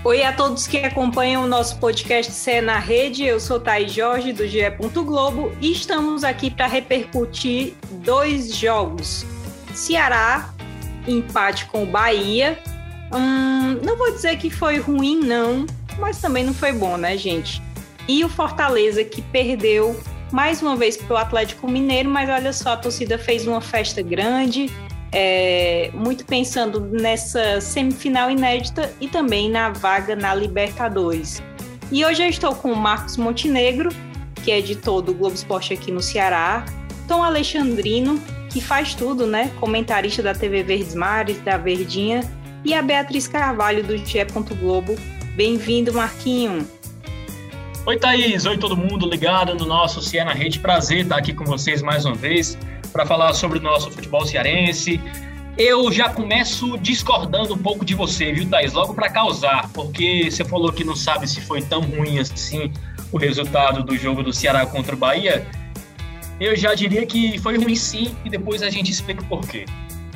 Oi a todos que acompanham o nosso podcast CE na Rede, eu sou Thaís Jorge do GE. Globo e estamos aqui para repercutir 2 jogos. Ceará, empate com o Bahia. Não vou dizer que foi ruim não, mas também não foi bom, né, gente? E o Fortaleza, que perdeu mais uma vez para o Atlético Mineiro, mas olha só, a torcida fez uma festa grande, muito pensando nessa semifinal inédita e também na vaga na Libertadores. E hoje eu estou com o Marcos Montenegro, que é editor do Globo Esporte aqui no Ceará, Tom Alexandrino, que faz tudo, né? Comentarista da TV Verdes Mares, da Verdinha, e a Beatriz Carvalho do GE. Globo. Bem-vindo, Marquinho. Oi, Thaís. Oi, todo mundo ligado no nosso CE na Rede. Prazer estar aqui com vocês mais uma vez para falar sobre o nosso futebol cearense. Eu já começo discordando um pouco de você, viu, Thaís? Logo para causar, porque você falou que não sabe se foi tão ruim assim o resultado do jogo do Ceará contra o Bahia. Eu já diria que foi ruim sim, e depois a gente explica o porquê.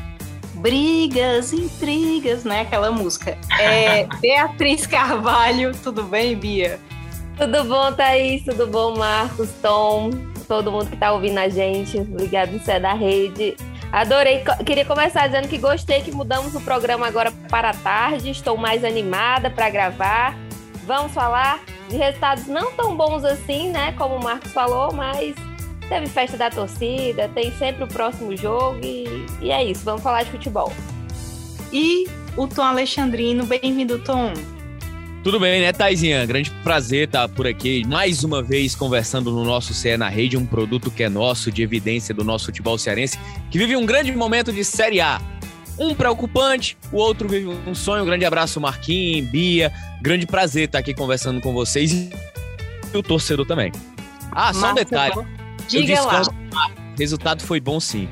Brigas, intrigas, né? Aquela música. Beatriz Carvalho, tudo bem, Bia? Tudo bom, Thaís? Tudo bom, Marcos, Tom, todo mundo que está ouvindo a gente, ligado no CE da Rede. Adorei, queria começar dizendo que gostei que mudamos o programa agora para a tarde, estou mais animada para gravar. Vamos falar de resultados não tão bons assim, né, como o Marcos falou, mas teve festa da torcida, tem sempre o próximo jogo e é isso, vamos falar de futebol. E o Tom Alexandrino, bem-vindo, Tom. Tudo bem, né, Thaisinha? Grande prazer estar por aqui, mais uma vez conversando no nosso CE na Rede, um produto que é nosso, de evidência do nosso futebol cearense, que vive um grande momento de Série A. Um preocupante, o outro vive um sonho. Um grande abraço, Marquinhos, Bia. Grande prazer estar aqui conversando com vocês e o torcedor também. Só um detalhe. Diga lá. O resultado foi bom, sim.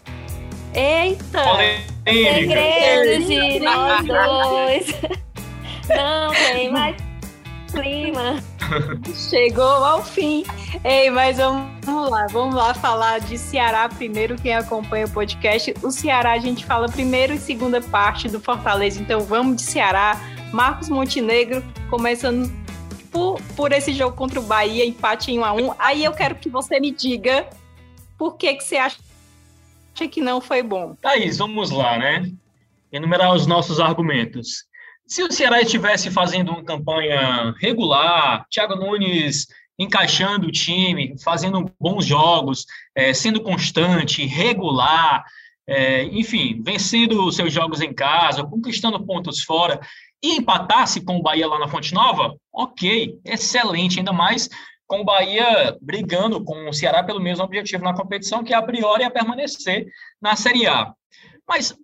Eita! Segredo de nós dois. Não tem mais clima. Chegou ao fim. Ei, mas vamos lá falar de Ceará primeiro, quem acompanha o podcast. O Ceará a gente fala primeiro e segunda parte do Fortaleza, então vamos de Ceará. Marcos Montenegro, começando por esse jogo contra o Bahia, empate em 1-1. Aí eu quero que você me diga por que você acha que não foi bom. Thaís, vamos lá, né? Enumerar os nossos argumentos. Se o Ceará estivesse fazendo uma campanha regular, Thiago Nunes encaixando o time, fazendo bons jogos, sendo constante, regular, enfim, vencendo os seus jogos em casa, conquistando pontos fora, e empatasse com o Bahia lá na Fonte Nova, ok, excelente, ainda mais com o Bahia brigando com o Ceará pelo mesmo objetivo na competição, que a priori é permanecer na Série A. Mas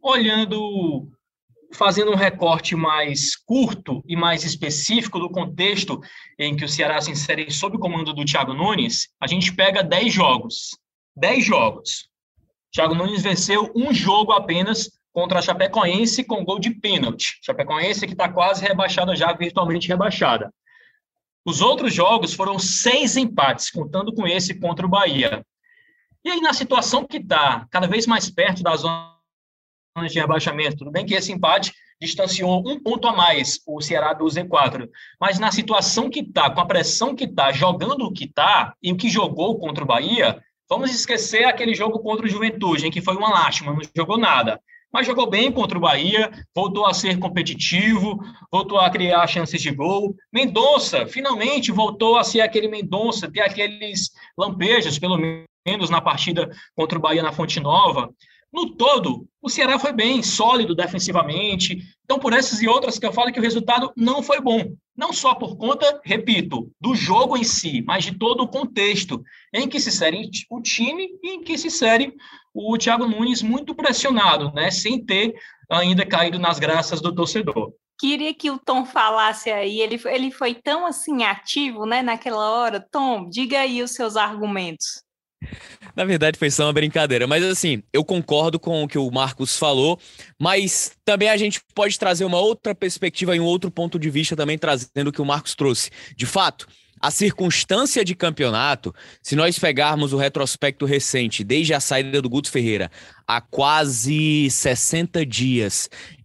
fazendo um recorte mais curto e mais específico do contexto em que o Ceará se insere sob o comando do Thiago Nunes, a gente pega 10 jogos. 10 jogos. Thiago Nunes venceu um jogo apenas contra a Chapecoense com gol de pênalti. Chapecoense que está quase rebaixada já, virtualmente rebaixada. Os outros jogos foram 6 empates, contando com esse contra o Bahia. E aí, na situação que está cada vez mais perto da zona de rebaixamento, tudo bem que esse empate distanciou 1 ponto a mais o Ceará do Z4, mas na situação que está, com a pressão que está, jogando o que está e o que jogou contra o Bahia, vamos esquecer aquele jogo contra o Juventude, em que foi uma lástima, não jogou nada, mas jogou bem contra o Bahia, voltou a ser competitivo, voltou a criar chances de gol. Mendonça, finalmente, voltou a ser aquele Mendonça, ter aqueles lampejos, pelo menos na partida contra o Bahia na Fonte Nova. No todo, o Ceará foi bem, sólido defensivamente. Então, por essas e outras que eu falo que o resultado não foi bom. Não só por conta, repito, do jogo em si, mas de todo o contexto em que se insere o time e em que se insere o Thiago Nunes muito pressionado, né, sem ter ainda caído nas graças do torcedor. Queria que o Tom falasse aí, ele foi tão assim ativo, né, naquela hora. Tom, diga aí os seus argumentos. Na verdade foi só uma brincadeira, mas assim, eu concordo com o que o Marcos falou, mas também a gente pode trazer uma outra perspectiva e um outro ponto de vista também trazendo o que o Marcos trouxe. De fato, A circunstância de campeonato, se nós pegarmos o retrospecto recente, desde a saída do Guto Ferreira, há quase 60 dias,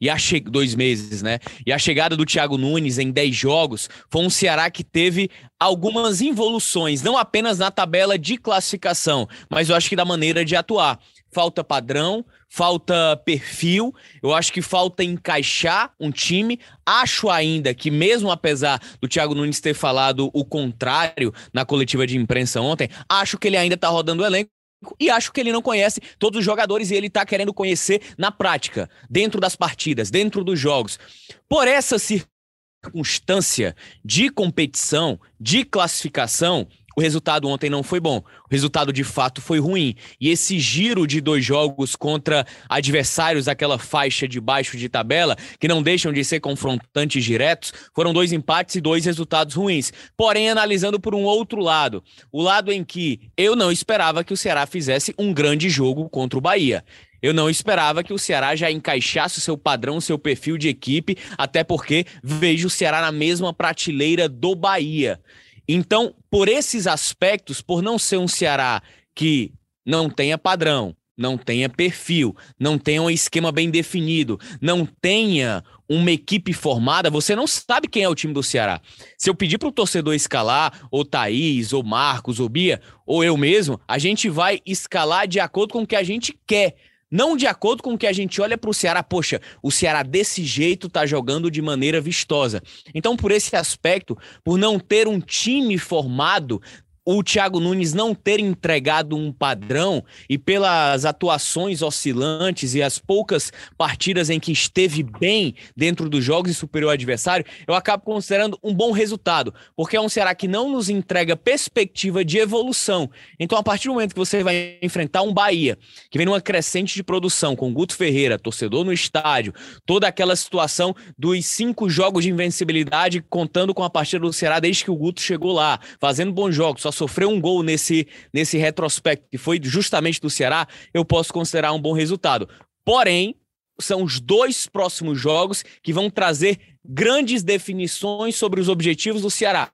2 meses, né? E a chegada do Thiago Nunes em 10 jogos, foi um Ceará que teve algumas involuções, não apenas na tabela de classificação, mas eu acho que da maneira de atuar. Falta padrão, falta perfil, eu acho que falta encaixar um time. Acho ainda que, mesmo apesar do Thiago Nunes ter falado o contrário na coletiva de imprensa ontem, acho que ele ainda tá rodando o elenco e acho que ele não conhece todos os jogadores e ele tá querendo conhecer na prática, dentro das partidas, dentro dos jogos. Por essa circunstância de competição, de classificação, o resultado ontem não foi bom. O resultado, de fato, foi ruim. E esse giro de 2 jogos contra adversários daquela faixa de baixo de tabela, que não deixam de ser confrontantes diretos, foram 2 empates e 2 resultados ruins. Porém, analisando por um outro lado, o lado em que eu não esperava que o Ceará fizesse um grande jogo contra o Bahia. Eu não esperava que o Ceará já encaixasse o seu padrão, o seu perfil de equipe, até porque vejo o Ceará na mesma prateleira do Bahia. Então, por esses aspectos, por não ser um Ceará que não tenha padrão, não tenha perfil, não tenha um esquema bem definido, não tenha uma equipe formada, você não sabe quem é o time do Ceará. Se eu pedir para o torcedor escalar, ou Thaís, ou Marcos, ou Bia, ou eu mesmo, a gente vai escalar de acordo com o que a gente quer. Não de acordo com o que a gente olha para o Ceará. Poxa, o Ceará desse jeito tá jogando de maneira vistosa. Então, por esse aspecto, por não ter um time formado, o Thiago Nunes não ter entregado um padrão e pelas atuações oscilantes e as poucas partidas em que esteve bem dentro dos jogos e superior ao adversário, eu acabo considerando um bom resultado, porque é um Ceará que não nos entrega perspectiva de evolução. Então, a partir do momento que você vai enfrentar um Bahia, que vem numa crescente de produção, com o Guto Ferreira, torcedor no estádio, toda aquela situação dos 5 jogos de invencibilidade, contando com a partida do Ceará desde que o Guto chegou lá, fazendo bons jogos, só sofreu um gol nesse retrospecto, que foi justamente do Ceará, eu posso considerar um bom resultado. Porém, são os 2 próximos jogos que vão trazer grandes definições sobre os objetivos do Ceará.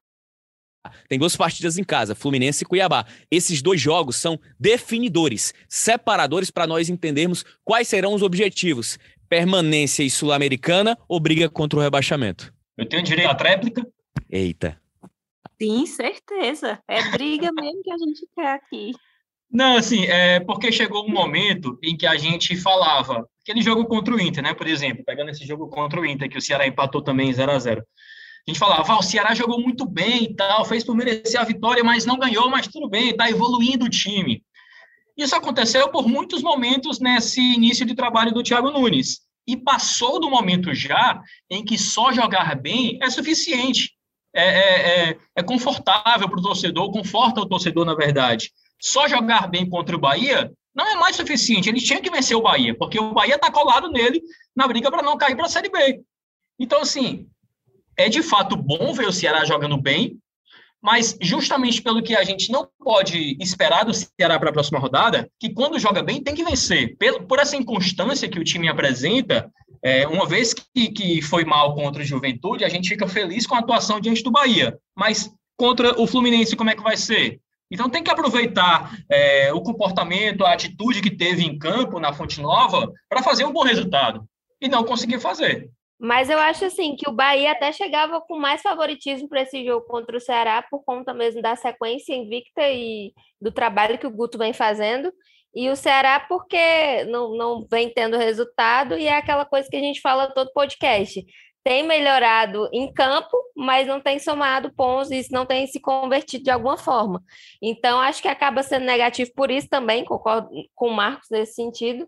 Tem 2 partidas em casa, Fluminense e Cuiabá. Esses 2 jogos são definidores, separadores para nós entendermos quais serão os objetivos. Permanência e Sul-Americana ou briga contra o rebaixamento? Eu tenho direito à tréplica? Eita. Sim, certeza. É briga mesmo que a gente quer aqui. Não, assim, porque chegou um momento em que a gente falava, aquele jogo contra o Inter, né, por exemplo, pegando esse jogo contra o Inter, que o Ceará empatou também 0-0. A gente falava, o Ceará jogou muito bem e tal, fez por merecer a vitória, mas não ganhou, mas tudo bem, está evoluindo o time. Isso aconteceu por muitos momentos nesse início de trabalho do Thiago Nunes. E passou do momento já em que só jogar bem é suficiente. É confortável para o torcedor, conforta o torcedor, na verdade. Só jogar bem contra o Bahia não é mais suficiente. Eles tinham que vencer o Bahia, porque o Bahia está colado nele na briga para não cair para a Série B. Então, assim, é de fato bom ver o Ceará jogando bem, mas justamente pelo que a gente não pode esperar do Ceará para a próxima rodada, que quando joga bem tem que vencer. Por essa inconstância que o time apresenta, uma vez que foi mal contra o Juventude, a gente fica feliz com a atuação diante do Bahia. Mas contra o Fluminense, como é que vai ser? Então tem que aproveitar o comportamento, a atitude que teve em campo, na Fonte Nova, para fazer um bom resultado. E não conseguir fazer. Mas eu acho assim que o Bahia até chegava com mais favoritismo para esse jogo contra o Ceará por conta mesmo da sequência invicta e do trabalho que o Guto vem fazendo. E o Ceará porque não vem tendo resultado e é aquela coisa que a gente fala todo podcast. Tem melhorado em campo, mas não tem somado pontos e isso não tem se convertido de alguma forma. Então, acho que acaba sendo negativo por isso também, concordo com o Marcos nesse sentido.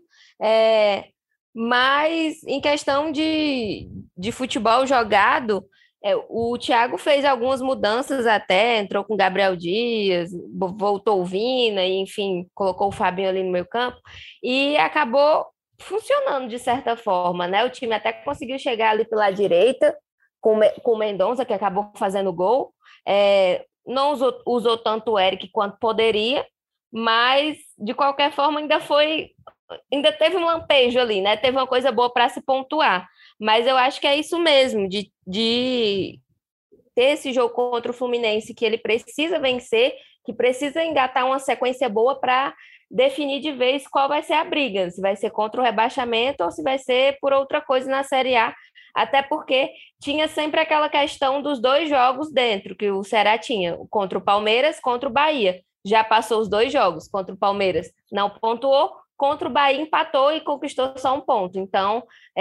Mas em questão de futebol jogado, o Thiago fez algumas mudanças até, entrou com o Gabriel Dias, voltou o Vina, e, enfim, colocou o Fabinho ali no meio campo, e acabou funcionando de certa forma, né? O time até conseguiu chegar ali pela direita, com o Mendonça, que acabou fazendo gol, não usou tanto o Eric quanto poderia, mas, de qualquer forma, ainda teve um lampejo ali, né? Teve uma coisa boa para se pontuar. Mas eu acho que é isso mesmo, de ter esse jogo contra o Fluminense, que ele precisa vencer, que precisa engatar uma sequência boa para definir de vez qual vai ser a briga, se vai ser contra o rebaixamento ou se vai ser por outra coisa na Série A, até porque tinha sempre aquela questão dos 2 jogos dentro, que o Ceará tinha, contra o Palmeiras, contra o Bahia. Já passou os 2 jogos, contra o Palmeiras não pontuou, contra o Bahia empatou e conquistou só 1 ponto. Então,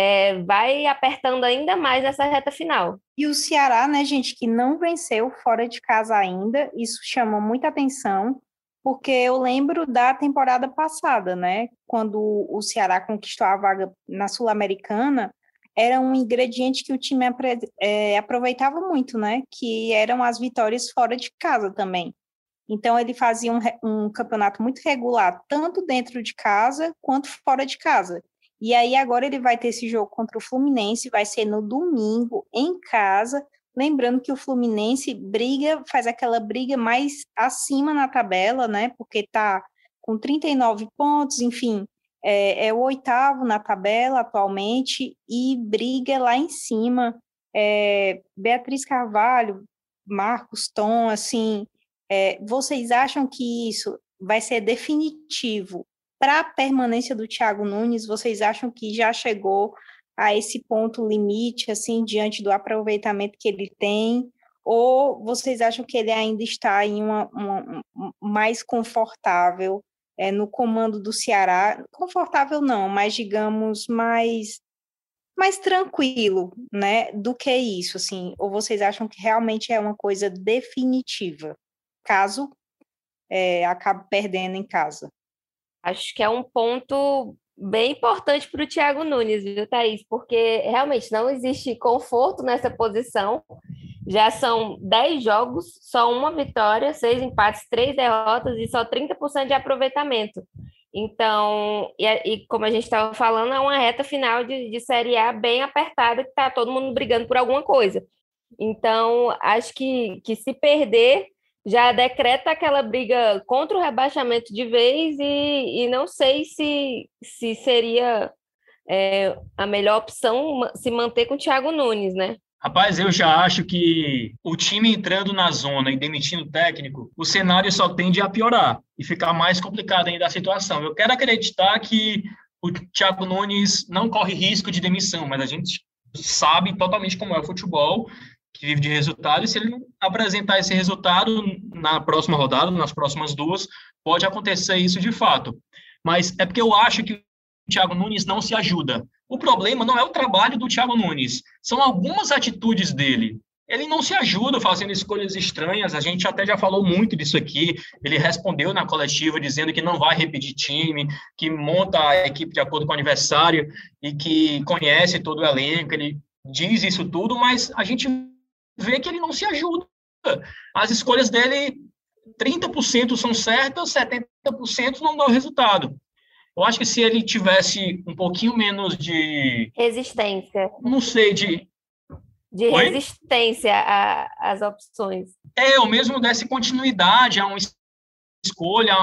vai apertando ainda mais nessa reta final. E o Ceará, né, gente, que não venceu fora de casa ainda, isso chama muita atenção, porque eu lembro da temporada passada, né, quando o Ceará conquistou a vaga na Sul-Americana, era um ingrediente que o time aproveitava muito, né, que eram as vitórias fora de casa também. Então, ele fazia um campeonato muito regular, tanto dentro de casa quanto fora de casa. E aí, agora ele vai ter esse jogo contra o Fluminense, vai ser no domingo, em casa. Lembrando que o Fluminense faz aquela briga mais acima na tabela, né? Porque está com 39 pontos, enfim, é o 8º na tabela atualmente e briga lá em cima. Beatriz Carvalho, Marcos Tom, assim... vocês acham que isso vai ser definitivo para a permanência do Thiago Nunes? Vocês acham que já chegou a esse ponto limite, assim, diante do aproveitamento que ele tem? Ou vocês acham que ele ainda está em uma mais confortável no comando do Ceará? Confortável não, mas digamos mais tranquilo, né, do que isso, assim? Ou vocês acham que realmente é uma coisa definitiva, caso acabe perdendo em casa? Acho que é um ponto bem importante para o Thiago Nunes, viu, Thaís? Porque realmente não existe conforto nessa posição. Já são 10 jogos, só 1 vitória, 6 empates, 3 derrotas e só 30% de aproveitamento. Então, e como a gente estava falando, é uma reta final de Série A bem apertada, que está todo mundo brigando por alguma coisa. Então, acho que se perder, já decreta aquela briga contra o rebaixamento de vez e não sei se seria a melhor opção se manter com o Thiago Nunes, né? Rapaz, eu já acho que o time entrando na zona e demitindo o técnico, o cenário só tende a piorar e ficar mais complicado ainda a situação. Eu quero acreditar que o Thiago Nunes não corre risco de demissão, mas a gente sabe totalmente como é o futebol, que vive de resultado, e se ele não apresentar esse resultado na próxima rodada, nas próximas 2, pode acontecer isso de fato. Mas é porque eu acho que o Thiago Nunes não se ajuda. O problema não é o trabalho do Thiago Nunes, são algumas atitudes dele. Ele não se ajuda fazendo escolhas estranhas, a gente até já falou muito disso aqui, ele respondeu na coletiva dizendo que não vai repetir time, que monta a equipe de acordo com o aniversário e que conhece todo o elenco, ele diz isso tudo, mas a gente vê que ele não se ajuda. As escolhas dele, 30% são certas, 70% não dão resultado. Eu acho que se ele tivesse um pouquinho menos de... resistência. Não sei, de Oi? Resistência às opções. Ou mesmo desse continuidade a uma escolha,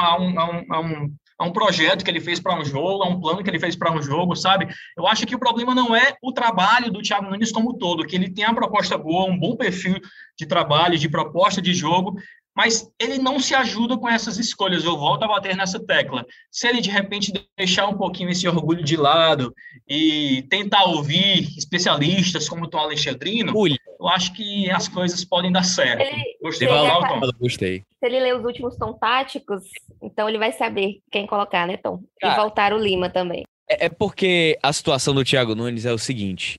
a um projeto que ele fez para um jogo, a um plano que ele fez para um jogo, sabe? Eu acho que o problema não é o trabalho do Thiago Nunes como um todo, que ele tem a proposta boa, um bom perfil de trabalho, de proposta de jogo, mas ele não se ajuda com essas escolhas. Eu volto a bater nessa tecla. Se ele, de repente, deixar um pouquinho esse orgulho de lado e tentar ouvir especialistas como o Tom Alexandrino, eu acho que as coisas podem dar certo. Gostei. Gostei. Se ele ler os últimos tom táticos, então ele vai saber quem colocar, né, Tom? E voltar o Lima também. É porque a situação do Thiago Nunes é o seguinte,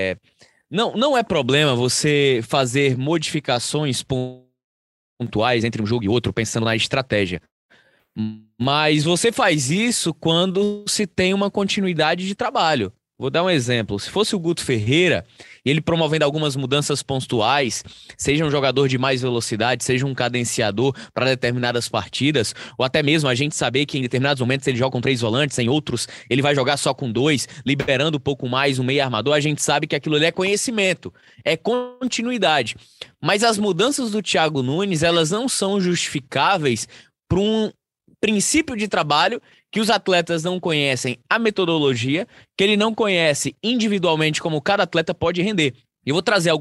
não é problema você fazer modificações pontuais entre um jogo e outro, pensando na estratégia. Mas você faz isso quando se tem uma continuidade de trabalho. Vou dar um exemplo. Se fosse o Guto Ferreira, ele promovendo algumas mudanças pontuais, seja um jogador de mais velocidade, seja um cadenciador para determinadas partidas, ou até mesmo a gente saber que em determinados momentos ele joga com 3 volantes, em outros ele vai jogar só com 2, liberando um pouco mais o meio armador, a gente sabe que aquilo ali é conhecimento, é continuidade. Mas as mudanças do Thiago Nunes, elas não são justificáveis por um princípio de trabalho que os atletas não conhecem a metodologia, que ele não conhece individualmente como cada atleta pode render. Eu vou trazer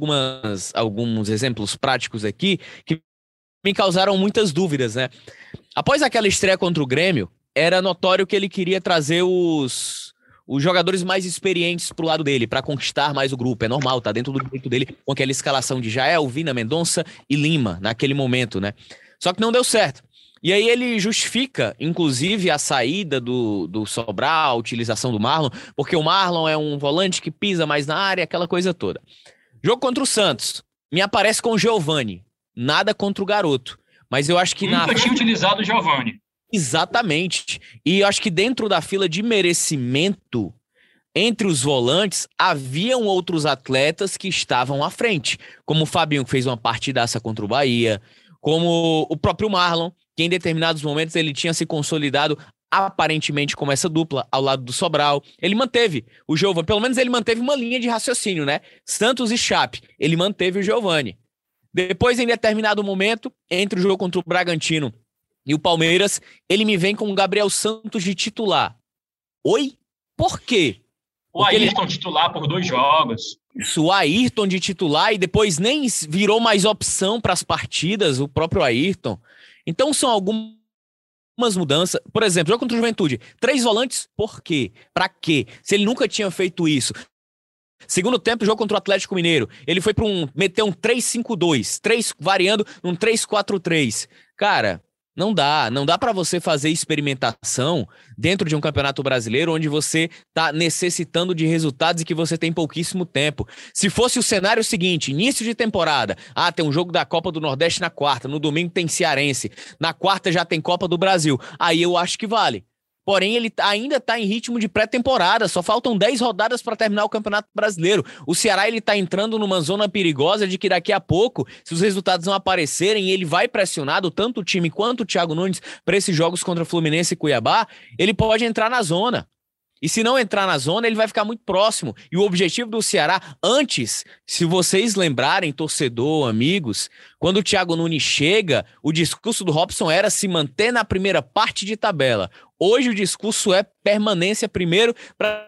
alguns exemplos práticos aqui que me causaram muitas dúvidas, né? Após aquela estreia contra o Grêmio, era notório que ele queria trazer os jogadores mais experientes pro lado dele, para conquistar mais o grupo. É normal, tá dentro do direito dele, com aquela escalação de Jael, Vina, Mendonça e Lima, naquele momento, né? Só que não deu certo. E aí ele justifica, inclusive, a saída do Sobral, a utilização do Marlon, porque o Marlon é um volante que pisa mais na área, aquela coisa toda. Jogo contra o Santos, me aparece com o Giovani. Nada contra o garoto. Mas eu acho que nunca tinha utilizado o Giovani. Exatamente. E eu acho que dentro da fila de merecimento, entre os volantes, haviam outros atletas que estavam à frente. Como o Fabinho, que fez uma partidaça contra o Bahia. Como o próprio Marlon, que em determinados momentos ele tinha se consolidado aparentemente como essa dupla ao lado do Sobral. Ele manteve o Giovani, pelo menos ele manteve uma linha de raciocínio, né? Santos e Chape, ele manteve o Giovani. Depois, em determinado momento, entre o jogo contra o Bragantino e o Palmeiras, ele me vem com o Gabriel Santos de titular. Oi? Por quê? O Ayrton titular por 2 jogos. Isso, o Ayrton de titular e depois nem virou mais opção para as partidas, o próprio Ayrton. Então são algumas mudanças. Por exemplo, jogo contra o Juventude. 3 volantes, por quê? Para quê? Se ele nunca tinha feito isso. Segundo tempo, jogo contra o Atlético Mineiro. Ele foi para meter um 3-5-2, variando num 3-4-3. Cara, não dá para você fazer experimentação dentro de um campeonato brasileiro onde você tá necessitando de resultados e que você tem pouquíssimo tempo. Se fosse o cenário seguinte, início de temporada, tem um jogo da Copa do Nordeste na quarta, no domingo tem Cearense, na quarta já tem Copa do Brasil, aí eu acho que vale. Porém, ele ainda está em ritmo de pré-temporada, só faltam 10 rodadas para terminar o Campeonato Brasileiro. O Ceará está entrando numa zona perigosa de que daqui a pouco, se os resultados não aparecerem, ele vai pressionado, tanto o time quanto o Thiago Nunes, para esses jogos contra Fluminense e Cuiabá, ele pode entrar na zona. E se não entrar na zona, ele vai ficar muito próximo. E o objetivo do Ceará, antes, se vocês lembrarem, torcedor, amigos, quando o Thiago Nunes chega, o discurso do Robson era se manter na primeira parte de tabela. Hoje o discurso é permanência primeiro para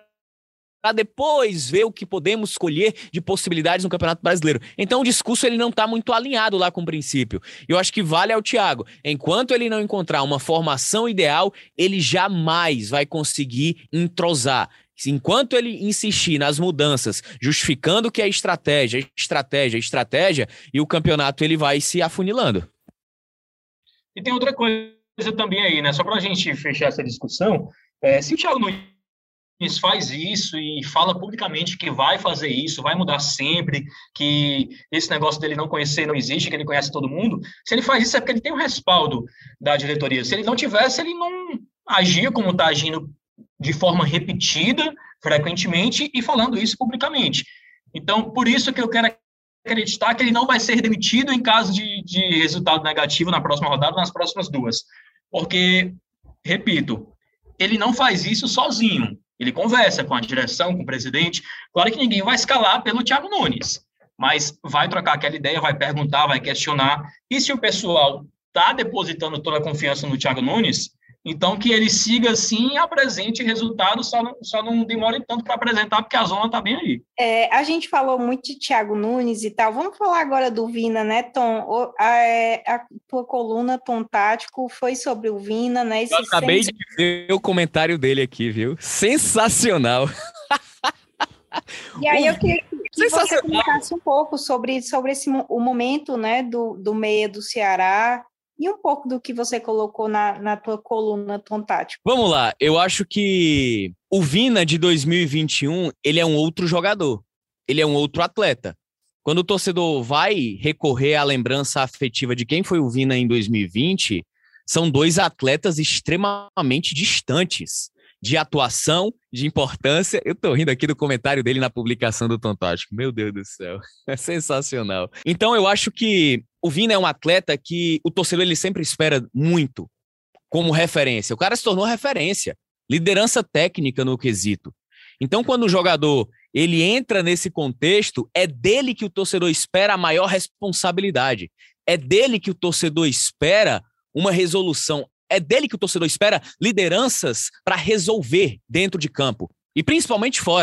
depois ver o que podemos escolher de possibilidades no Campeonato Brasileiro. Então o discurso ele não está muito alinhado lá com o princípio. Eu acho que vale ao Thiago. Enquanto ele não encontrar uma formação ideal, ele jamais vai conseguir entrosar. Enquanto ele insistir nas mudanças, justificando que é estratégia, e o campeonato ele vai se afunilando. E tem outra coisa também aí, né? Só para a gente fechar essa discussão, se o Thiago Nunes faz isso e fala publicamente que vai fazer isso, vai mudar sempre, que esse negócio dele não conhecer não existe, que ele conhece todo mundo, se ele faz isso é porque ele tem um respaldo da diretoria. Se ele não tivesse, ele não agia como está agindo de forma repetida, frequentemente, e falando isso publicamente. Então, por isso que eu quero acreditar que ele não vai ser demitido em caso de resultado negativo na próxima rodada, nas próximas 2. Porque, repito, ele não faz isso sozinho. Ele conversa com a direção, com o presidente. Claro que ninguém vai escalar pelo Thiago Nunes, mas vai trocar aquela ideia, vai perguntar, vai questionar. E se o pessoal está depositando toda a confiança no Thiago Nunes, então que ele siga assim e apresente resultados, só não demore tanto para apresentar, porque a zona está bem aí. A gente falou muito de Thiago Nunes e tal. Vamos falar agora do Vina, né, Tom? A tua coluna, Tom Tático, foi sobre o Vina, né? Eu acabei de ver o comentário dele aqui, viu? Sensacional! E aí eu queria que você comentasse um pouco sobre o momento, né, do meia do Ceará, e um pouco do que você colocou na tua coluna, Tom Tático. Vamos lá, eu acho que o Vina de 2021, ele é um outro jogador, ele é um outro atleta. Quando o torcedor vai recorrer à lembrança afetiva de quem foi o Vina em 2020, são 2 atletas extremamente distantes de atuação, de importância. Eu tô rindo aqui do comentário dele na publicação do Tom Tático. Meu Deus do céu, é sensacional. Então eu acho que o Vina é um atleta que o torcedor ele sempre espera muito como referência. O cara se tornou referência, liderança técnica no quesito. Então quando o jogador ele entra nesse contexto, é dele que o torcedor espera a maior responsabilidade. É dele que o torcedor espera uma resolução. É dele que o torcedor espera lideranças para resolver dentro de campo. E principalmente fora.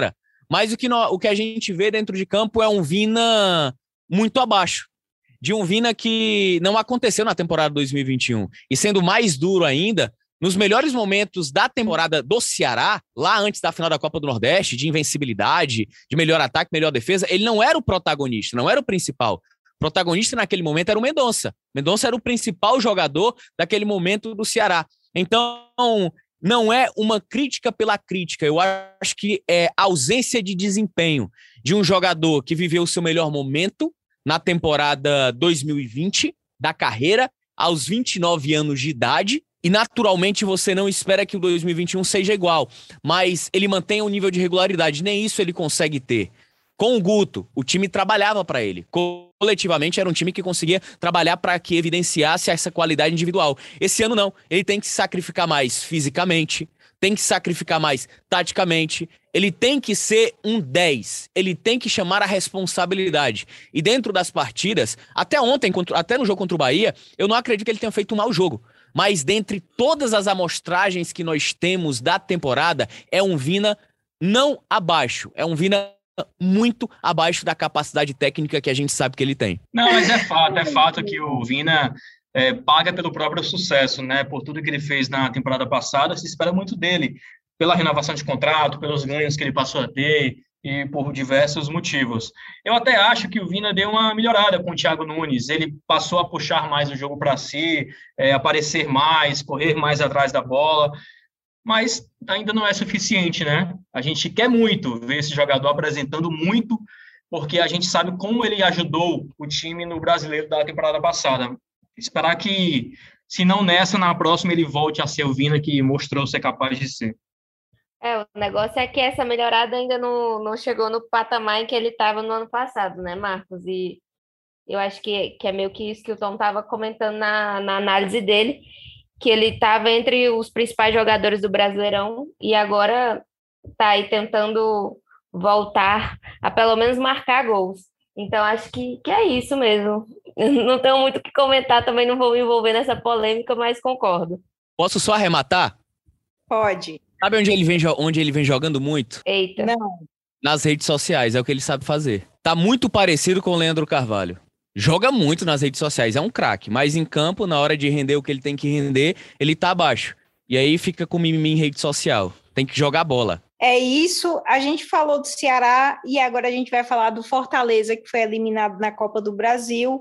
Mas o que a gente vê dentro de campo é um Vina muito abaixo. De um Vina que não aconteceu na temporada 2021. E sendo mais duro ainda, nos melhores momentos da temporada do Ceará, lá antes da final da Copa do Nordeste, de invencibilidade, de melhor ataque, melhor defesa, ele não era o protagonista, não era o principal. O protagonista naquele momento era o Mendonça. Mendonça era o principal jogador daquele momento do Ceará. Então, não é uma crítica pela crítica. Eu acho que é ausência de desempenho de um jogador que viveu o seu melhor momento na temporada 2020 da carreira, aos 29 anos de idade, e naturalmente você não espera que o 2021 seja igual, mas ele mantém um nível de regularidade, nem isso ele consegue ter. Com o Guto, o time trabalhava para ele. Coletivamente era um time que conseguia trabalhar para que evidenciasse essa qualidade individual. Esse ano não, ele tem que se sacrificar mais fisicamente, tem que sacrificar mais taticamente, ele tem que ser um 10, ele tem que chamar a responsabilidade. E dentro das partidas, até ontem, até no jogo contra o Bahia, eu não acredito que ele tenha feito um mau jogo. Mas dentre todas as amostragens que nós temos da temporada, é um Vina não abaixo, é um Vina muito abaixo da capacidade técnica que a gente sabe que ele tem. Não, mas é fato que o Vina paga pelo próprio sucesso, né? Por tudo que ele fez na temporada passada, se espera muito dele, pela renovação de contrato, pelos ganhos que ele passou a ter e por diversos motivos. Eu até acho que o Vina deu uma melhorada com o Thiago Nunes, ele passou a puxar mais o jogo para si, aparecer mais, correr mais atrás da bola, mas ainda não é suficiente, né? A gente quer muito ver esse jogador apresentando muito, porque a gente sabe como ele ajudou o time no Brasileiro da temporada passada. Esperar que, se não nessa, na próxima ele volte a ser o Vina que mostrou ser capaz de ser. O negócio é que essa melhorada ainda não chegou no patamar em que ele estava no ano passado, né, Marcos? E eu acho que é meio que isso que o Tom estava comentando na análise dele, que ele estava entre os principais jogadores do Brasileirão e agora está aí tentando voltar a pelo menos marcar gols. Então, acho que é isso mesmo. Não tenho muito o que comentar, também não vou me envolver nessa polêmica, mas concordo. Posso só arrematar? Pode. Sabe onde ele vem jogando muito? Eita. Não. Nas redes sociais, é o que ele sabe fazer. Tá muito parecido com o Leandro Carvalho. Joga muito nas redes sociais, é um craque, mas em campo, na hora de render o que ele tem que render, ele tá abaixo. E aí fica com mimimi em rede social. Tem que jogar bola. É isso, a gente falou do Ceará e agora a gente vai falar do Fortaleza, que foi eliminado na Copa do Brasil,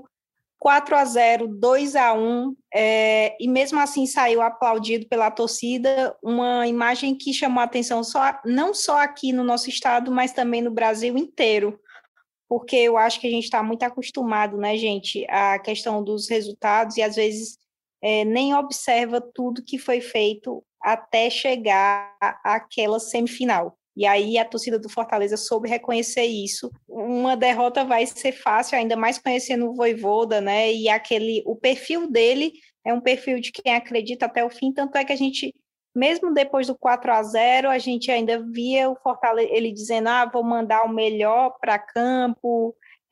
4-0, 2-1, e mesmo assim saiu aplaudido pela torcida, uma imagem que chamou a atenção não só aqui no nosso estado, mas também no Brasil inteiro, porque eu acho que a gente está muito acostumado, né, gente, à questão dos resultados e às vezes nem observa tudo que foi feito até chegar àquela semifinal. E aí a torcida do Fortaleza soube reconhecer isso. Uma derrota vai ser fácil, ainda mais conhecendo o Vojvoda, né? E o perfil dele é um perfil de quem acredita até o fim, tanto é que a gente, mesmo depois do 4-0, a gente ainda via o Fortaleza, ele dizendo, vou mandar o melhor para campo,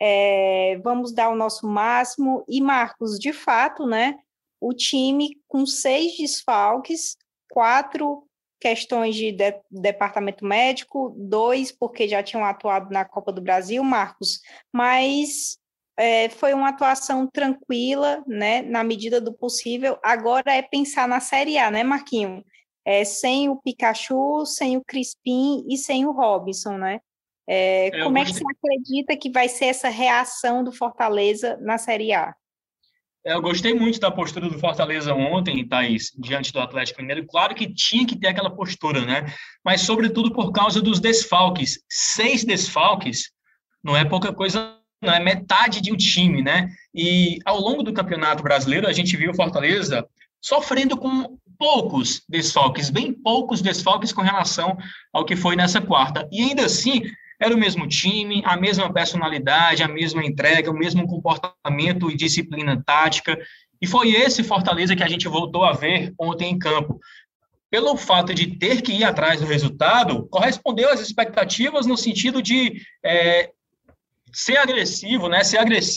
vamos dar o nosso máximo. E, Marcos, de fato, né? O time com 6 desfalques, 4 questões de departamento médico, 2 porque já tinham atuado na Copa do Brasil, Marcos, mas foi uma atuação tranquila, né, na medida do possível. Agora é pensar na Série A, né, Marquinhos? Sem o Pikachu, sem o Crispim e sem o Robinson, né? Como é que você acredita que vai ser essa reação do Fortaleza na Série A? Eu gostei muito da postura do Fortaleza ontem, Thaís, diante do Atlético Mineiro. Claro que tinha que ter aquela postura, né? Mas, sobretudo, por causa dos desfalques. 6 desfalques não é pouca coisa, não é metade de um time, né? E, ao longo do Campeonato Brasileiro, a gente viu o Fortaleza sofrendo com poucos desfalques, bem poucos desfalques com relação ao que foi nessa quarta. E, ainda assim, era o mesmo time, a mesma personalidade, a mesma entrega, o mesmo comportamento e disciplina tática. E foi esse Fortaleza que a gente voltou a ver ontem em campo. Pelo fato de ter que ir atrás do resultado, correspondeu às expectativas no sentido de ser agressivo, né?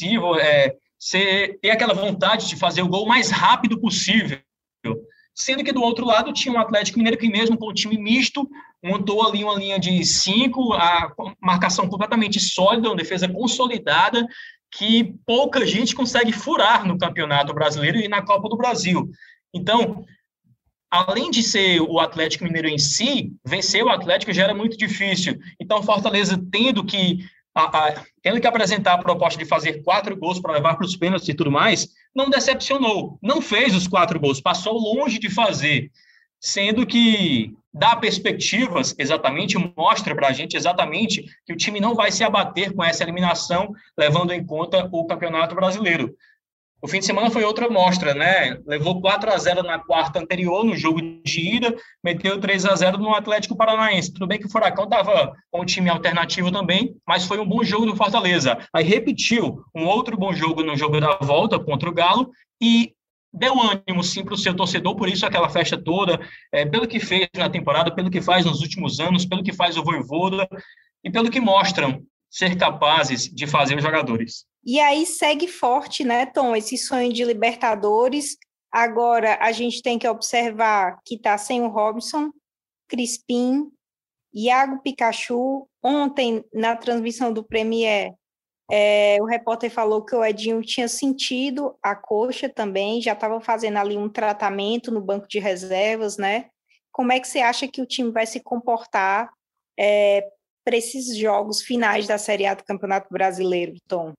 Ter aquela vontade de fazer o gol mais rápido possível. Sendo que do outro lado tinha um Atlético Mineiro que mesmo com o time misto montou ali uma linha de 5, a marcação completamente sólida, uma defesa consolidada, que pouca gente consegue furar no Campeonato Brasileiro e na Copa do Brasil. Então, além de ser o Atlético Mineiro em si, vencer o Atlético já era muito difícil. Então, Fortaleza tendo que apresentar a proposta de fazer 4 gols para levar para os pênaltis e tudo mais, não decepcionou. Não fez os 4 gols, passou longe de fazer. Sendo que dá perspectivas, exatamente, mostra para a gente exatamente que o time não vai se abater com essa eliminação, levando em conta o Campeonato Brasileiro. O fim de semana foi outra mostra, né? Levou 4-0 na quarta anterior, no jogo de ida, meteu 3-0 no Atlético Paranaense. Tudo bem que o Furacão estava com um time alternativo também, mas foi um bom jogo do Fortaleza. Aí repetiu um outro bom jogo no jogo da volta contra o Galo e deu ânimo, sim, para o seu torcedor, por isso aquela festa toda, pelo que fez na temporada, pelo que faz nos últimos anos, pelo que faz o Vojvoda e pelo que mostram ser capazes de fazer os jogadores. E aí segue forte, né, Tom, esse sonho de Libertadores. Agora a gente tem que observar que está sem o Robson, Crispim, Iago Pikachu. Ontem, na transmissão do Premier, o repórter falou que o Edinho tinha sentido a coxa também, já estava fazendo ali um tratamento no banco de reservas, né? Como é que você acha que o time vai se comportar para esses jogos finais da Série A do Campeonato Brasileiro, Tom?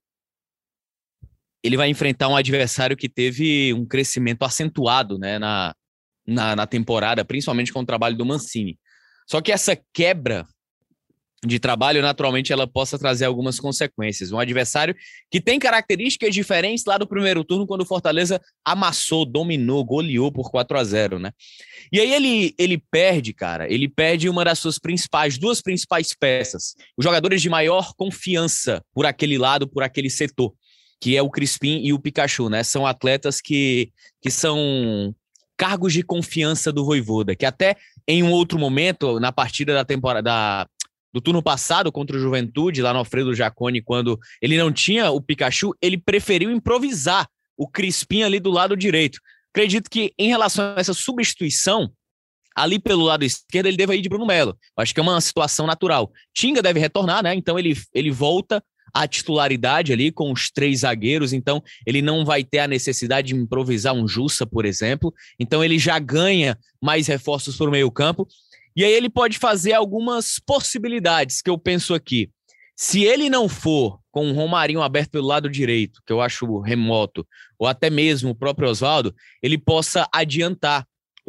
Ele vai enfrentar um adversário que teve um crescimento acentuado, né, na temporada, principalmente com o trabalho do Mancini. Só que essa quebra de trabalho, naturalmente, ela possa trazer algumas consequências. Um adversário que tem características diferentes lá do primeiro turno, quando o Fortaleza amassou, dominou, goleou por 4-0, né? E aí ele perde, cara, ele perde uma das suas duas principais peças, os jogadores de maior confiança por aquele lado, por aquele setor, que é o Crispim e o Pikachu, né? São atletas que são cargos de confiança do Vojvoda, que até em um outro momento, na partida da temporada do turno passado contra o Juventude, lá no Alfredo Jaconi, quando ele não tinha o Pikachu, ele preferiu improvisar o Crispim ali do lado direito. Acredito que em relação a essa substituição, ali pelo lado esquerdo, ele deve ir de Bruno Melo. Acho que é uma situação natural. Tinga deve retornar, né? Então ele volta a titularidade ali com os 3 zagueiros, então ele não vai ter a necessidade de improvisar um Jussa, por exemplo, então ele já ganha mais reforços para o meio campo, e aí ele pode fazer algumas possibilidades que eu penso aqui. Se ele não for com o Romarinho aberto pelo lado direito, que eu acho remoto, ou até mesmo o próprio Oswaldo, ele possa adiantar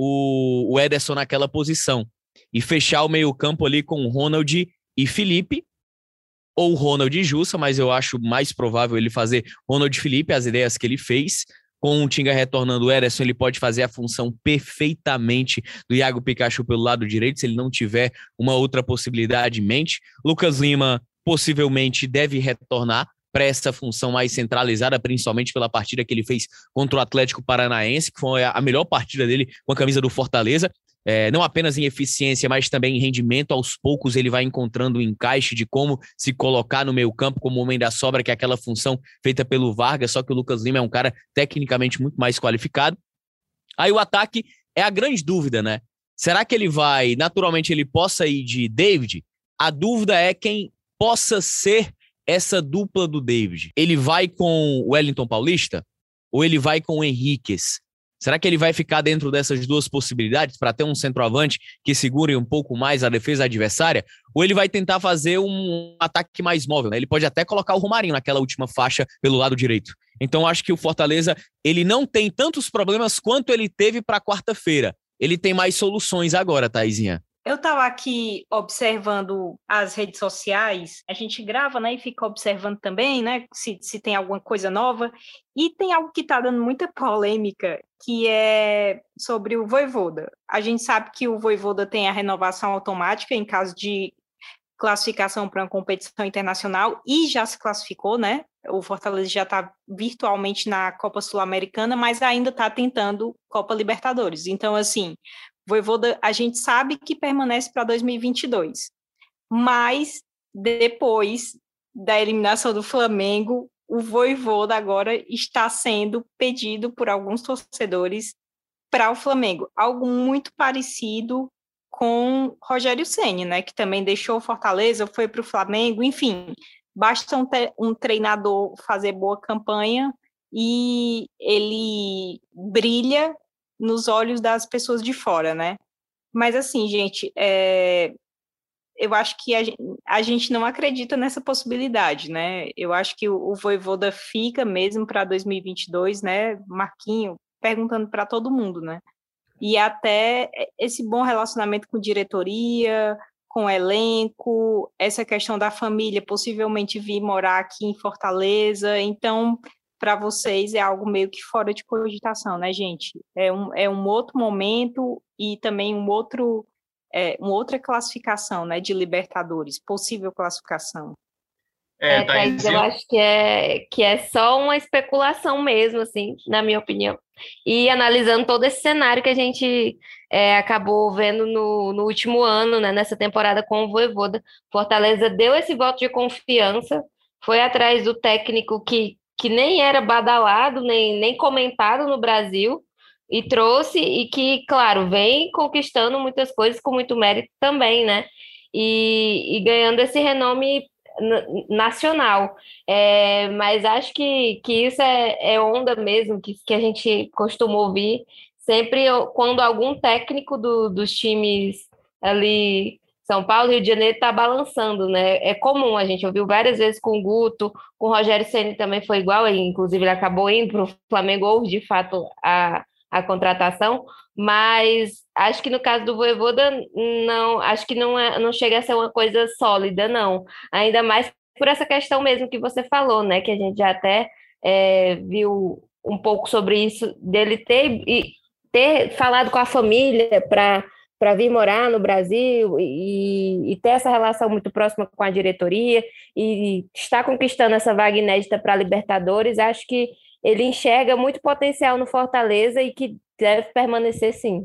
o Ederson naquela posição e fechar o meio campo ali com o Ronald e Felipe, ou Ronald e Jussa, mas eu acho mais provável ele fazer Ronald e Felipe, as ideias que ele fez. Com o Tinga retornando, o Ederson ele pode fazer a função perfeitamente do Iago Pikachu pelo lado direito, se ele não tiver uma outra possibilidade em mente. Lucas Lima possivelmente deve retornar para essa função mais centralizada, principalmente pela partida que ele fez contra o Atlético Paranaense, que foi a melhor partida dele com a camisa do Fortaleza. Não apenas em eficiência, mas também em rendimento. Aos poucos ele vai encontrando o encaixe de como se colocar no meio campo como homem da sobra, que é aquela função feita pelo Vargas, só que o Lucas Lima é um cara tecnicamente muito mais qualificado. Aí o ataque é a grande dúvida, né? Será que ele vai, naturalmente ele possa ir de David? A dúvida é quem possa ser essa dupla do David. Ele vai com o Wellington Paulista ou ele vai com o Henriques? Será que ele vai ficar dentro dessas duas possibilidades para ter um centroavante que segure um pouco mais a defesa adversária? Ou ele vai tentar fazer um ataque mais móvel, né? Ele pode até colocar o Romarinho naquela última faixa pelo lado direito. Então, acho que o Fortaleza ele não tem tantos problemas quanto ele teve para quarta-feira. Ele tem mais soluções agora, Thaisinha. Eu estava aqui observando as redes sociais, a gente grava, né, e fica observando também, né, se tem alguma coisa nova, e tem algo que está dando muita polêmica, que é sobre o Vojvoda. A gente sabe que o Vojvoda tem a renovação automática em caso de classificação para uma competição internacional, e já se classificou, né, o Fortaleza já está virtualmente na Copa Sul-Americana, mas ainda está tentando Copa Libertadores. Então, assim, Vojvoda, a gente sabe que permanece para 2022, mas depois da eliminação do Flamengo, o Vojvoda agora está sendo pedido por alguns torcedores para o Flamengo, algo muito parecido com Rogério Ceni, né, que também deixou o Fortaleza, foi para o Flamengo, enfim, basta um treinador fazer boa campanha e ele brilha nos olhos das pessoas de fora, né? Mas assim, gente, eu acho que a gente não acredita nessa possibilidade, né? Eu acho que o Vojvoda fica mesmo para 2022, né? Marquinho perguntando para todo mundo, né? E até esse bom relacionamento com diretoria, com elenco, essa questão da família possivelmente vir morar aqui em Fortaleza. Então, para vocês é algo meio que fora de cogitação, né, gente? É um outro momento e também uma outra classificação, né, de Libertadores, possível classificação. Thaís, eu acho que é só uma especulação mesmo, assim, na minha opinião. E analisando todo esse cenário que a gente acabou vendo no último ano, né, nessa temporada com o Vojvoda, Fortaleza deu esse voto de confiança, foi atrás do técnico que nem era badalado, nem comentado no Brasil, e trouxe, e que, claro, vem conquistando muitas coisas com muito mérito também, né? E ganhando esse renome nacional. Mas acho que isso é onda mesmo, que a gente costuma ouvir sempre quando algum técnico dos times ali, São Paulo, Rio de Janeiro, está balançando, né? É comum, a gente ouviu várias vezes com o Guto, com o Rogério Ceni também foi igual, inclusive ele acabou indo para o Flamengo, ou de fato a contratação, mas acho que no caso do Vojvoda, não, acho que não chega a ser uma coisa sólida, não. Ainda mais por essa questão mesmo que você falou, né? Que a gente já até viu um pouco sobre isso, dele ter falado com a família para vir morar no Brasil e ter essa relação muito próxima com a diretoria e estar conquistando essa vaga inédita para a Libertadores. Acho que ele enxerga muito potencial no Fortaleza e que deve permanecer, sim.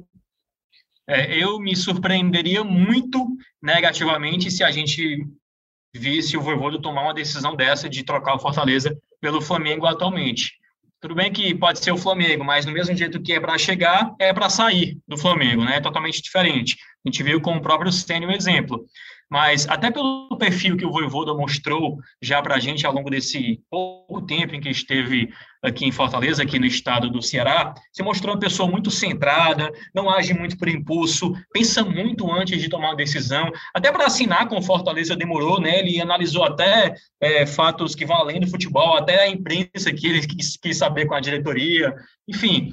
Eu me surpreenderia muito negativamente se a gente visse o Vojvoda tomar uma decisão dessa de trocar o Fortaleza pelo Flamengo atualmente. Tudo bem que pode ser o Flamengo, mas no mesmo jeito que é para chegar, é para sair do Flamengo, né? É totalmente diferente. A gente viu com o próprio Ceni um exemplo. Mas até pelo perfil que o Vojvoda mostrou já para a gente ao longo desse pouco tempo em que esteve aqui em Fortaleza, aqui no estado do Ceará, se mostrou uma pessoa muito centrada, não age muito por impulso, pensa muito antes de tomar uma decisão. Até para assinar com o Fortaleza demorou, né? Ele analisou até fatos que vão além do futebol, até a imprensa que ele quis saber com a diretoria. Enfim,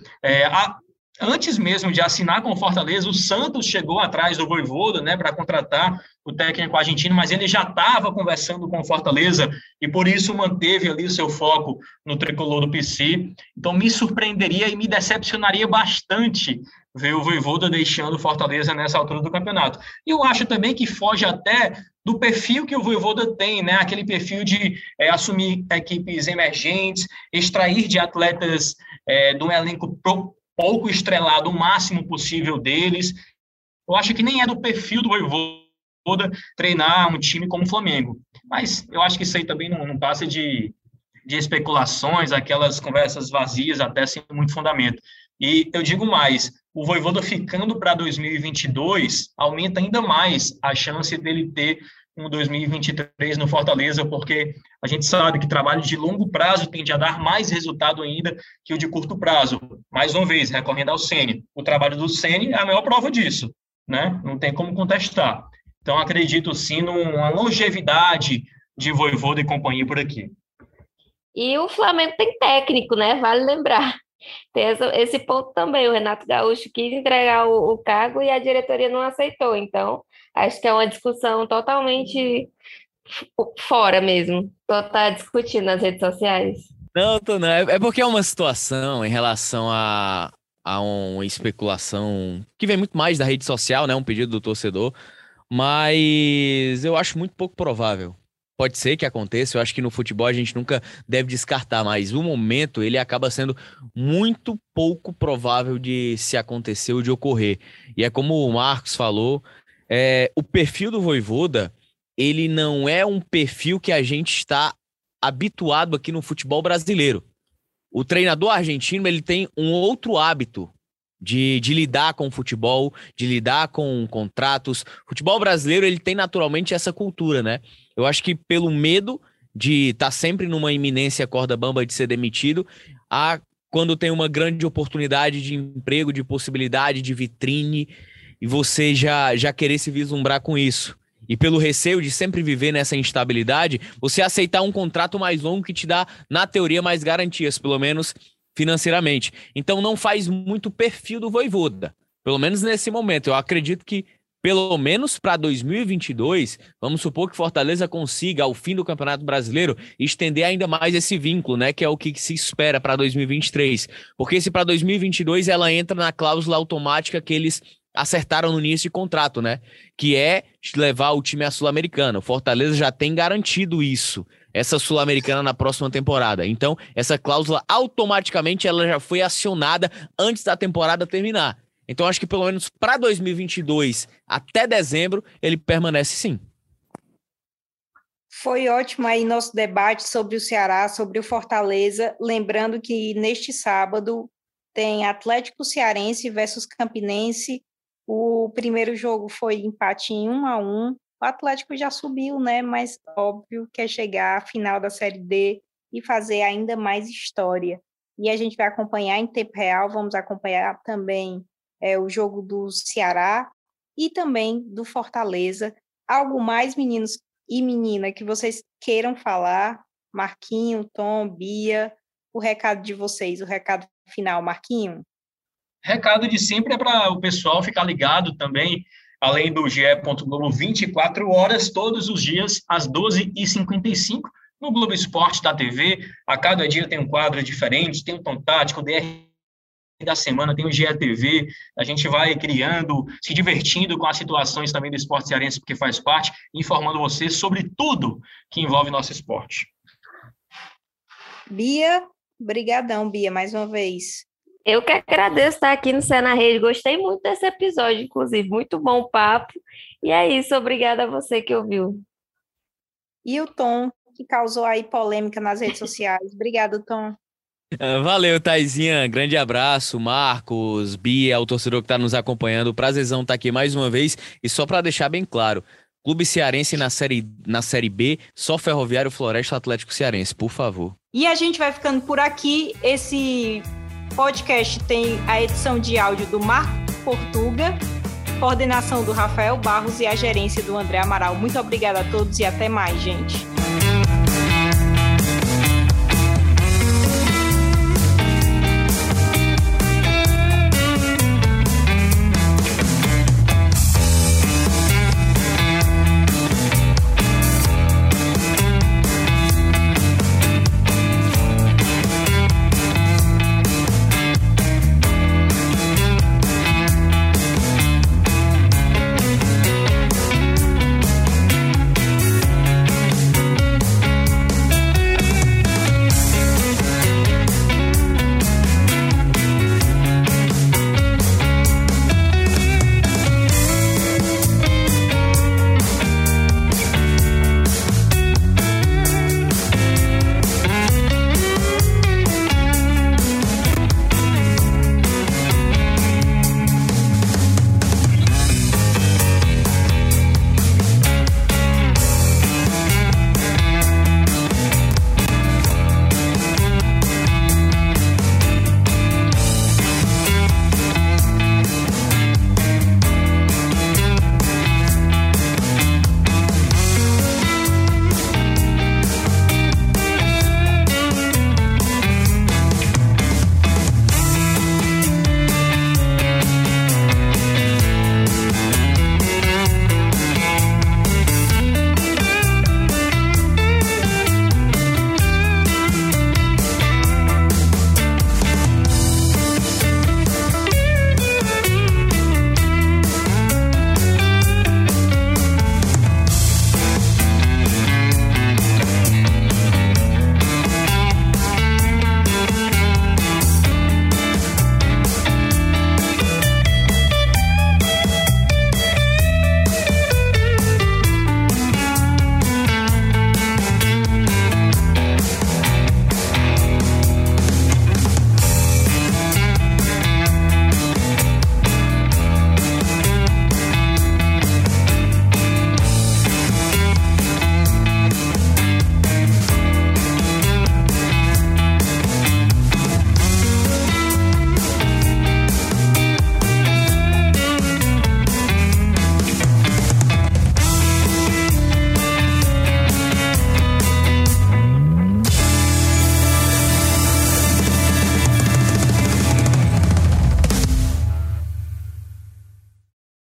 antes mesmo de assinar com o Fortaleza, o Santos chegou atrás do Vojvoda, né, para contratar o técnico argentino, mas ele já estava conversando com o Fortaleza e por isso manteve ali o seu foco no tricolor do PC. Então me surpreenderia e me decepcionaria bastante ver o Vojvoda deixando o Fortaleza nessa altura do campeonato. E eu acho também que foge até do perfil que o Vojvoda tem, né, aquele perfil de assumir equipes emergentes, extrair de atletas de um elenco pouco estrelado o máximo possível deles. Eu acho que nem é do perfil do Vojvoda treinar um time como o Flamengo. Mas eu acho que isso aí também não passa de especulações, aquelas conversas vazias até sem muito fundamento. E eu digo mais, o Vojvoda ficando para 2022 aumenta ainda mais a chance dele ter um 2023 no Fortaleza, porque a gente sabe que trabalho de longo prazo tende a dar mais resultado ainda que o de curto prazo. Mais uma vez, recorrendo ao Ceni. O trabalho do Ceni é a maior prova disso, né? Não tem como contestar. Então, acredito sim numa longevidade de Vojvoda e companhia por aqui. E o Flamengo tem técnico, né? Vale lembrar. Tem esse ponto também. O Renato Gaúcho quis entregar o cargo e a diretoria não aceitou. Então, acho que é uma discussão totalmente fora mesmo. Tô tá discutindo nas redes sociais. Não. É porque é uma situação em relação a uma especulação que vem muito mais da rede social, né? Um pedido do torcedor. Mas eu acho muito pouco provável. Pode ser que aconteça, eu acho que no futebol a gente nunca deve descartar, mas o momento ele acaba sendo muito pouco provável de se acontecer ou de ocorrer. E é como o Marcos falou, o perfil do Vojvoda, ele não é um perfil que a gente está habituado aqui no futebol brasileiro. O treinador argentino, ele tem um outro hábito de lidar com o futebol, de lidar com contratos. O futebol brasileiro, ele tem naturalmente essa cultura, né? Eu acho que pelo medo de estar sempre numa iminência corda bamba de ser demitido, quando tem uma grande oportunidade de emprego, de possibilidade, de vitrine, e você já querer se vislumbrar com isso. E pelo receio de sempre viver nessa instabilidade, você aceitar um contrato mais longo que te dá, na teoria, mais garantias, pelo menos financeiramente. Então não faz muito perfil do Vojvoda, pelo menos nesse momento. Eu acredito que, pelo menos para 2022, vamos supor que Fortaleza consiga, ao fim do Campeonato Brasileiro, estender ainda mais esse vínculo, né? Que é o que se espera para 2023. Porque se para 2022 ela entra na cláusula automática que eles acertaram no início de contrato, né? Que é levar o time à Sul-Americana. O Fortaleza já tem garantido isso, essa Sul-Americana na próxima temporada. Então, essa cláusula automaticamente ela já foi acionada antes da temporada terminar. Então, acho que pelo menos para 2022, até dezembro, ele permanece sim. Foi ótimo aí nosso debate sobre o Ceará, sobre o Fortaleza. Lembrando que neste sábado tem Atlético Cearense versus Campinense. O primeiro jogo foi empate em 1-1. O Atlético já subiu, né? Mas óbvio que é chegar à final da Série D e fazer ainda mais história. E a gente vai acompanhar em tempo real, vamos acompanhar também o jogo do Ceará e também do Fortaleza. Algo mais, meninos e menina, que vocês queiram falar? Marquinho, Tom, Bia, o recado de vocês, o recado final, Marquinho? Recado de sempre é para o pessoal ficar ligado também, além do GE. Globo 24 horas, todos os dias, às 12h55, no Globo Esporte da TV. A cada dia tem um quadro diferente, tem o Tom Tático, o DR da semana, tem o GE TV. A gente vai criando, se divertindo com as situações também do esporte cearense, porque faz parte, informando você sobre tudo que envolve nosso esporte. Bia, brigadão, Bia, mais uma vez. Eu que agradeço estar aqui no Cé na Rede. Gostei muito desse episódio, inclusive. Muito bom o papo. E é isso. Obrigada a você que ouviu. E o Tom, que causou aí polêmica nas redes sociais. Obrigado, Tom. Valeu, Taizinha. Grande abraço. Marcos, Bia, o torcedor que está nos acompanhando. Prazerzão estar aqui mais uma vez. E só para deixar bem claro, Clube Cearense na série B, só Ferroviário, Floresta, Atlético Cearense, por favor. E a gente vai ficando por aqui. Esse podcast tem a edição de áudio do Marco Portuga, coordenação do Rafael Barros e a gerência do André Amaral. Muito obrigada a todos e até mais, gente.